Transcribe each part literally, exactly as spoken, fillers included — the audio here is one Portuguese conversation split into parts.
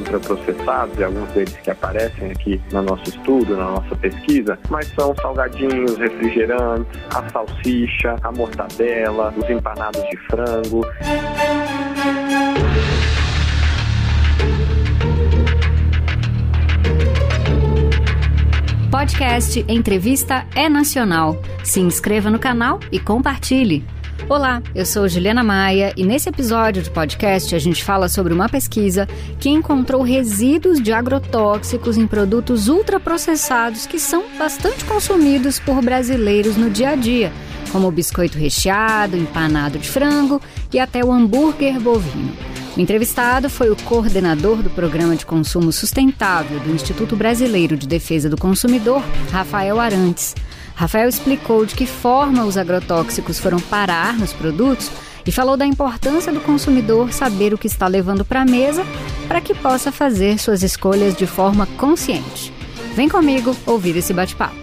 ultraprocessados, e alguns deles que aparecem aqui no nosso estudo, na nossa pesquisa, mas são salgadinhos, refrigerantes, a salsicha, a mortadela, os empanados de frango. Podcast Entrevista é Nacional. Se inscreva no canal e compartilhe. Olá, eu sou Juliana Maia e nesse episódio de podcast a gente fala sobre uma pesquisa que encontrou resíduos de agrotóxicos em produtos ultraprocessados que são bastante consumidos por brasileiros no dia a dia, como o biscoito recheado, empanado de frango e até o hambúrguer bovino. O entrevistado foi o coordenador do Programa de Consumo Sustentável do Instituto Brasileiro de Defesa do Consumidor, Rafael Arantes. Rafael explicou de que forma os agrotóxicos foram parar nos produtos e falou da importância do consumidor saber o que está levando para a mesa para que possa fazer suas escolhas de forma consciente. Vem comigo ouvir esse bate-papo.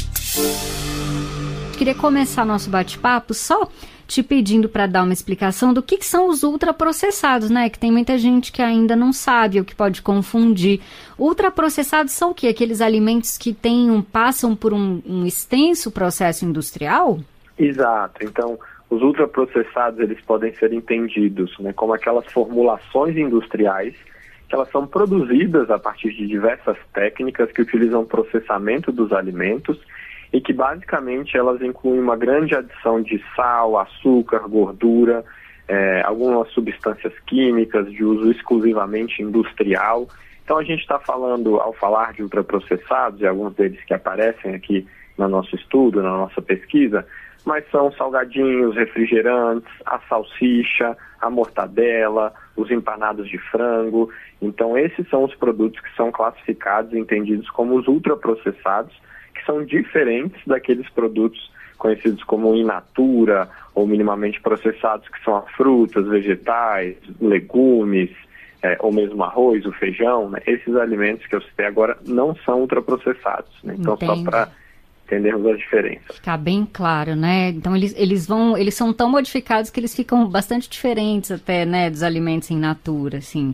Queria começar nosso bate-papo só te pedindo para dar uma explicação do que, que são os ultraprocessados, né? Que tem muita gente que ainda não sabe, ou que pode confundir. Ultraprocessados são o quê? Aqueles alimentos que tem um, passam por um, um extenso processo industrial? Exato. Então, os ultraprocessados, eles podem ser entendidos, né, como aquelas formulações industriais que elas são produzidas a partir de diversas técnicas que utilizam o processamento dos alimentos e que basicamente elas incluem uma grande adição de sal, açúcar, gordura, é, algumas substâncias químicas de uso exclusivamente industrial. Então a gente está falando, ao falar de ultraprocessados, e alguns deles que aparecem aqui no nosso estudo, na nossa pesquisa, mas são salgadinhos, refrigerantes, a salsicha, a mortadela, os empanados de frango. Então esses são os produtos que são classificados e entendidos como os ultraprocessados, que são diferentes daqueles produtos conhecidos como in natura ou minimamente processados, que são as frutas, vegetais, legumes, é, ou mesmo arroz, o feijão, né? Esses alimentos que eu citei agora não são ultraprocessados, né? Então, Entendo. Só para entendermos as diferenças. Ficar bem claro, né? Então eles, eles vão, eles são tão modificados que eles ficam bastante diferentes até, né, dos alimentos in natura, assim.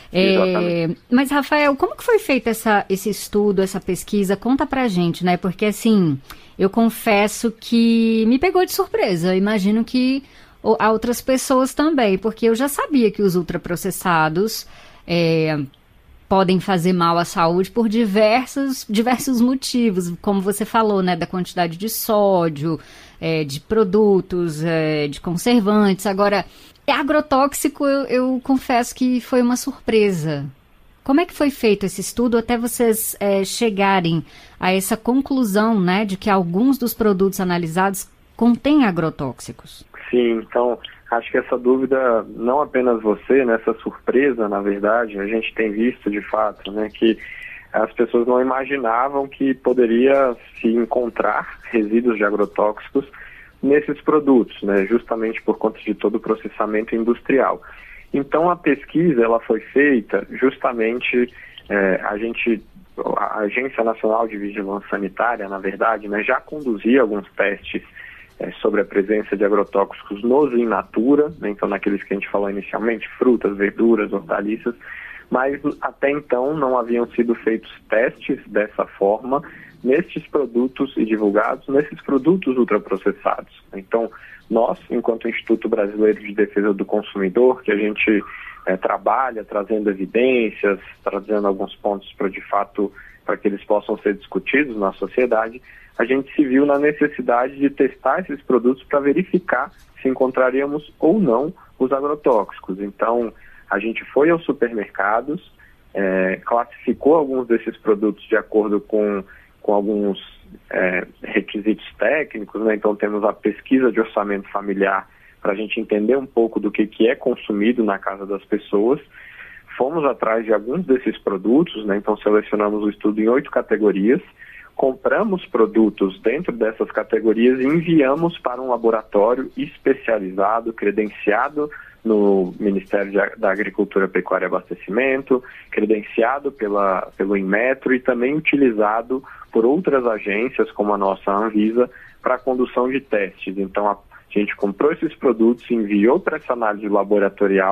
É, mas, Rafael, como que foi feito essa, esse estudo, essa pesquisa? Conta pra gente, né? Porque, assim, eu confesso que me pegou de surpresa. Eu imagino que há outras pessoas também, porque eu já sabia que os ultraprocessados é, podem fazer mal à saúde por diversos, diversos motivos, como você falou, né? Da quantidade de sódio, é, de produtos, é, de conservantes. Agora, agrotóxico, eu, eu confesso que foi uma surpresa. Como é que foi feito esse estudo até vocês é, chegarem a essa conclusão, né, de que alguns dos produtos analisados contêm agrotóxicos? Sim, então, acho que essa dúvida, não apenas você, né, essa surpresa, na verdade, a gente tem visto de fato, né, que as pessoas não imaginavam que poderia se encontrar resíduos de agrotóxicos nesses produtos, né, justamente por conta de todo o processamento industrial. Então a pesquisa ela foi feita justamente, é, a gente, a Agência Nacional de Vigilância Sanitária, na verdade, né, já conduzia alguns testes é, sobre a presença de agrotóxicos nos in natura, né, então naqueles que a gente falou inicialmente, frutas, verduras, hortaliças, mas até então não haviam sido feitos testes dessa forma nestes produtos e divulgados nesses produtos ultraprocessados. Então, nós, enquanto Instituto Brasileiro de Defesa do Consumidor, que a gente é, trabalha trazendo evidências, trazendo alguns pontos para, de fato, para que eles possam ser discutidos na sociedade, a gente se viu na necessidade de testar esses produtos para verificar se encontraríamos ou não os agrotóxicos. Então, a gente foi aos supermercados, é, classificou alguns desses produtos de acordo com com alguns é, requisitos técnicos, né? Então temos a pesquisa de orçamento familiar para a gente entender um pouco do que, que é consumido na casa das pessoas. Fomos atrás de alguns desses produtos, né? Então selecionamos o estudo em oito categorias, compramos produtos dentro dessas categorias e enviamos para um laboratório especializado, credenciado no Ministério da Agricultura, Pecuária e Abastecimento, credenciado pela, pelo Inmetro e também utilizado por outras agências, como a nossa Anvisa, para a condução de testes. Então, a gente comprou esses produtos e enviou para essa análise laboratorial,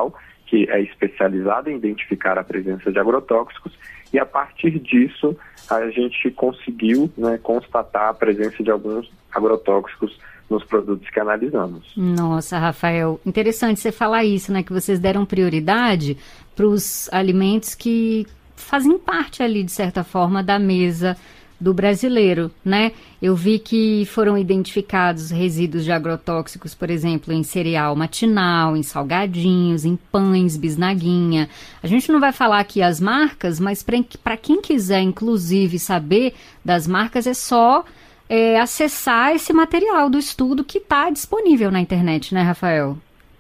que é especializada em identificar a presença de agrotóxicos, e a partir disso a gente conseguiu, né, constatar a presença de alguns agrotóxicos nos produtos que analisamos. Nossa, Rafael, interessante você falar isso, né, que vocês deram prioridade para os alimentos que fazem parte ali, de certa forma, da mesa do brasileiro, né? Eu vi que foram identificados resíduos de agrotóxicos, por exemplo, em cereal matinal, em salgadinhos, em pães, bisnaguinha. A gente não vai falar aqui as marcas, mas para quem quiser, inclusive, saber das marcas, é só é, acessar esse material do estudo que está disponível na internet, né, Rafael?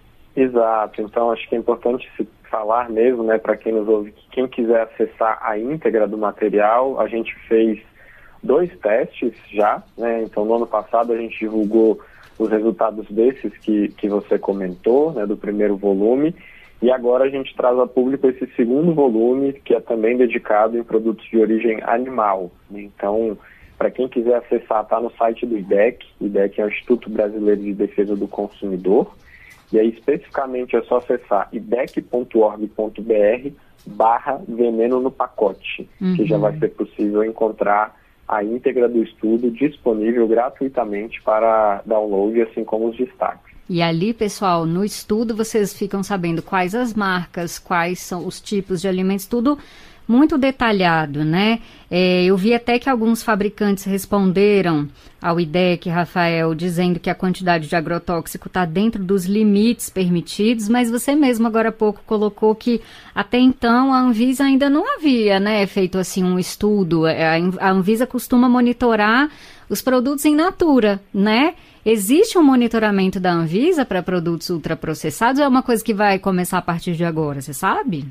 Exato. Então, acho que é importante se falar mesmo, né, para quem nos ouve, que quem quiser acessar a íntegra do material, a gente fez dois testes já, né? Então no ano passado a gente divulgou os resultados desses que, que você comentou, né, do primeiro volume, e agora a gente traz a público esse segundo volume, que é também dedicado em produtos de origem animal. Então, para quem quiser acessar, está no site do I D E C, o I D E C é o Instituto Brasileiro de Defesa do Consumidor, e aí especificamente é só acessar idec ponto org ponto br barra veneno no pacote, uhum. que já vai ser possível encontrar a íntegra do estudo disponível gratuitamente para download, assim como os destaques. E ali, pessoal, no estudo vocês ficam sabendo quais as marcas, quais são os tipos de alimentos, tudo muito detalhado, né? É, eu vi até que alguns fabricantes responderam ao I D E C, Rafael, dizendo que a quantidade de agrotóxico está dentro dos limites permitidos, mas você mesmo agora há pouco colocou que até então a Anvisa ainda não havia, né, feito assim um estudo. A Anvisa costuma monitorar os produtos in natura, né? Existe um monitoramento da Anvisa para produtos ultraprocessados ou é uma coisa que vai começar a partir de agora, você sabe?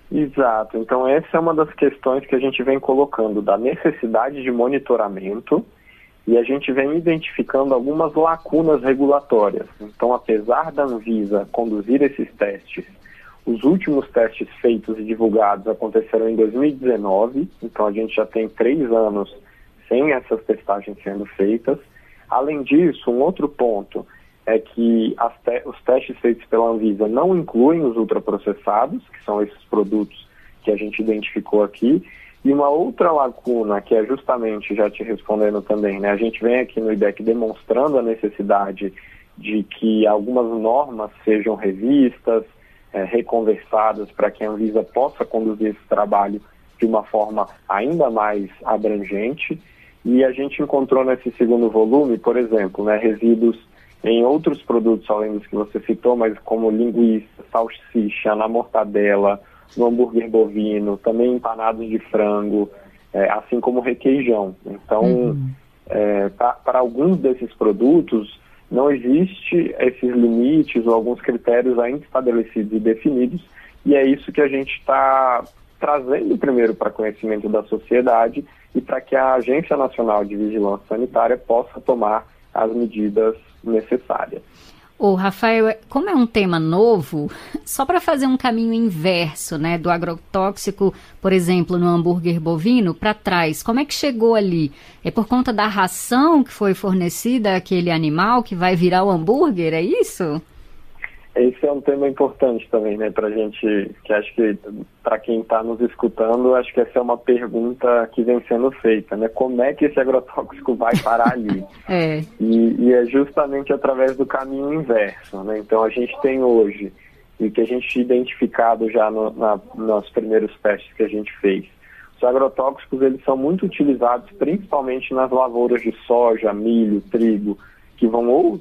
Exato. Então essa é uma das questões que a gente vem colocando, da necessidade de monitoramento, e a gente vem identificando algumas lacunas regulatórias. Então, apesar da Anvisa conduzir esses testes, os últimos testes feitos e divulgados aconteceram em dois mil e dezenove, então a gente já tem três anos sem essas testagens sendo feitas. Além disso, um outro ponto é que as te- os testes feitos pela Anvisa não incluem os ultraprocessados, que são esses produtos que a gente identificou aqui. E uma outra lacuna, que é justamente, já te respondendo também, né, a gente vem aqui no I D E C demonstrando a necessidade de que algumas normas sejam revistas, é, reconversadas, para que a Anvisa possa conduzir esse trabalho de uma forma ainda mais abrangente. E a gente encontrou nesse segundo volume, por exemplo, né, resíduos em outros produtos, além dos que você citou, mas como linguiça, salsicha, na mortadela, no hambúrguer bovino, também empanados de frango, é, assim como requeijão. Então, uhum. é, para alguns desses produtos, não existe esses limites ou alguns critérios ainda estabelecidos e definidos, e é isso que a gente está trazendo primeiro para conhecimento da sociedade e para que a Agência Nacional de Vigilância Sanitária possa tomar as medidas necessárias. Ô, Rafael, como é um tema novo, só para fazer um caminho inverso, né, do agrotóxico, por exemplo, no hambúrguer bovino, para trás, como é que chegou ali? É por conta da ração que foi fornecida àquele animal que vai virar o hambúrguer, é isso? Esse é um tema importante também, né, pra gente, que acho que para quem está nos escutando, acho que essa é uma pergunta que vem sendo feita, né, como é que esse agrotóxico vai parar ali? é. E, e é justamente através do caminho inverso, né, então a gente tem hoje, e que a gente tinha identificado já no, na, nos primeiros testes que a gente fez, os agrotóxicos, eles são muito utilizados principalmente nas lavouras de soja, milho, trigo, que vão ou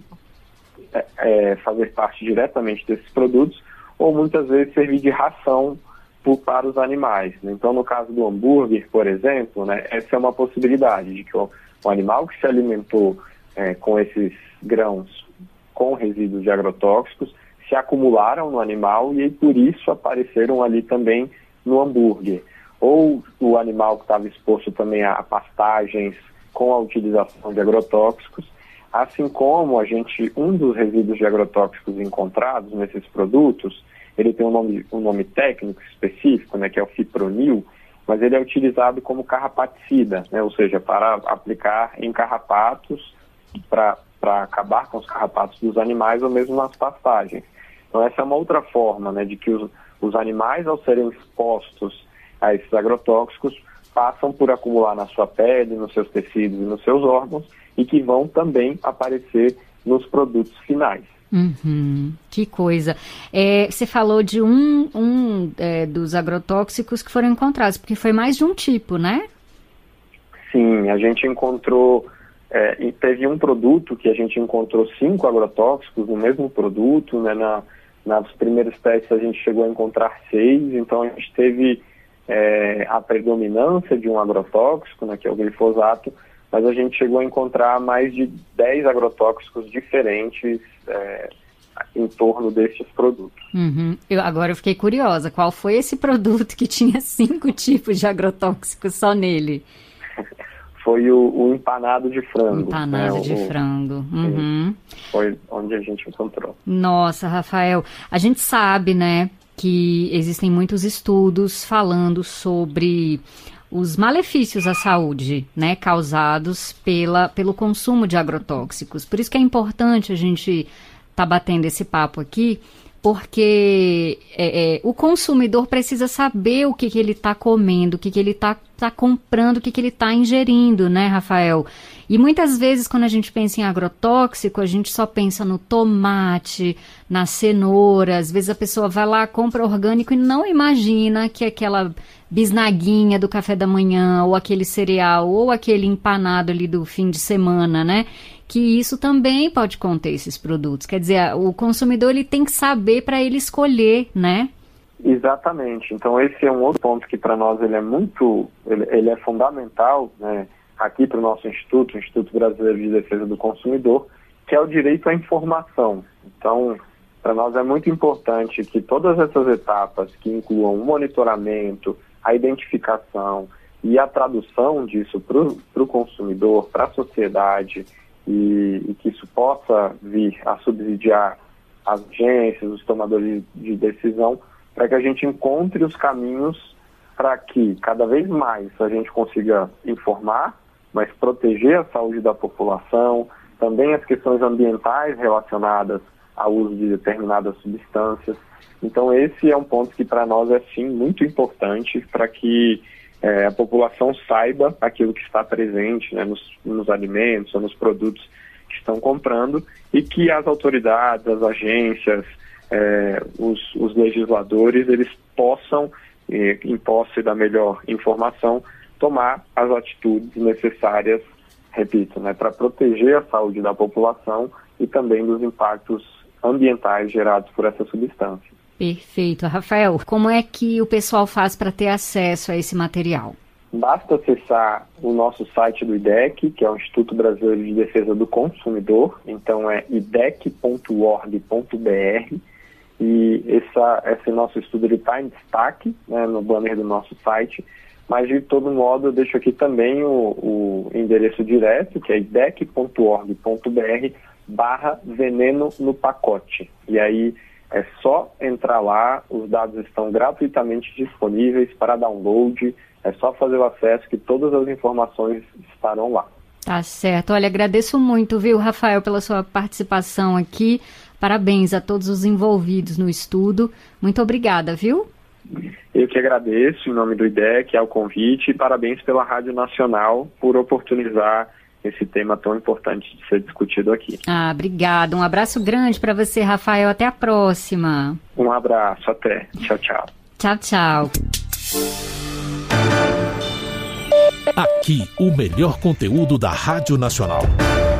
É, fazer parte diretamente desses produtos, ou muitas vezes servir de ração por, para os animais, né? Então, no caso do hambúrguer, por exemplo, né, essa é uma possibilidade de que o, o animal que se alimentou é, com esses grãos com resíduos de agrotóxicos se acumularam no animal e por isso apareceram ali também no hambúrguer. Ou o animal que estava exposto também a pastagens com a utilização de agrotóxicos. Assim como a gente, um dos resíduos de agrotóxicos encontrados nesses produtos, ele tem um nome, um nome técnico específico, né, que é o fipronil, mas ele é utilizado como carrapaticida, né, ou seja, para aplicar em carrapatos, para acabar com os carrapatos dos animais ou mesmo nas pastagens. Então essa é uma outra forma, né, de que os, Os animais, ao serem expostos a esses agrotóxicos, passam por acumular na sua pele, nos seus tecidos e nos seus órgãos, e que vão também aparecer nos produtos finais. Uhum, que coisa. É, você falou de um, um é, dos agrotóxicos que foram encontrados, porque foi mais de um tipo, né? Sim, a gente encontrou, é, e teve um produto que a gente encontrou cinco agrotóxicos no mesmo produto, né? Na, nas primeiros testes a gente chegou a encontrar seis, então a gente teve é, a predominância de um agrotóxico, né, que é o glifosato, mas a gente chegou a encontrar mais de dez agrotóxicos diferentes é, em torno destes produtos. Uhum. Eu, agora eu fiquei curiosa, qual foi esse produto que tinha cinco tipos de agrotóxicos só nele? Foi o, o empanado de frango. Empanado né? de o, frango. Uhum. Foi onde a gente encontrou. Nossa, Rafael, a gente sabe, né, que existem muitos estudos falando sobre os malefícios à saúde, né, causados pela, pelo consumo de agrotóxicos. Por isso que é importante a gente estar batendo esse papo aqui, porque é, é, o consumidor precisa saber o que, que ele está comendo, o que, que ele está tá comprando, o que, que ele está ingerindo, né, Rafael? E muitas vezes, quando a gente pensa em agrotóxico, a gente só pensa no tomate, na cenoura. Às vezes a pessoa vai lá, compra orgânico e não imagina que aquela bisnaguinha do café da manhã, ou aquele cereal, ou aquele empanado ali do fim de semana, né? Que isso também pode conter esses produtos. Quer dizer, o consumidor ele tem que saber para ele escolher, né? Exatamente. Então esse é um outro ponto que para nós ele é muito, ele, ele é fundamental, né? Aqui para o nosso Instituto, o Instituto Brasileiro de Defesa do Consumidor, que é o direito à informação. Então, para nós é muito importante que todas essas etapas que incluam o monitoramento, a identificação e a tradução disso para o consumidor, para a sociedade, e, e que isso possa vir a subsidiar as agências, os tomadores de decisão, para que a gente encontre os caminhos para que cada vez mais a gente consiga informar, mas proteger a saúde da população, também as questões ambientais relacionadas ao uso de determinadas substâncias. Então esse é um ponto que para nós é sim muito importante para que é, a população saiba aquilo que está presente, né, nos, nos alimentos ou nos produtos que estão comprando, e que as autoridades, as agências, é, os, os legisladores, eles possam, é, em posse da melhor informação, tomar as atitudes necessárias, repito, né, para proteger a saúde da população e também dos impactos ambientais gerados por essa substância. Perfeito. Rafael, como é que o pessoal faz para ter acesso a esse material? Basta acessar o nosso site do I D E C, que é o Instituto Brasileiro de Defesa do Consumidor, então é i d e c ponto org ponto b r, e essa, esse nosso estudo está em destaque, né, no banner do nosso site. Mas, de todo modo, eu deixo aqui também o, o endereço direto, que é i d e c ponto org ponto b r barra veneno no pacote. E aí é só entrar lá, os dados estão gratuitamente disponíveis para download, é só fazer o acesso que todas as informações estarão lá. Tá certo. Olha, agradeço muito, viu, Rafael, pela sua participação aqui. Parabéns a todos os envolvidos no estudo. Muito obrigada, viu? Eu que agradeço, em nome do I D E C, ao convite, e parabéns pela Rádio Nacional por oportunizar esse tema tão importante de ser discutido aqui. Ah, obrigada. Um abraço grande para você, Rafael. Até a próxima. Um abraço. Até. Tchau, tchau. Tchau, tchau. Aqui, o melhor conteúdo da Rádio Nacional.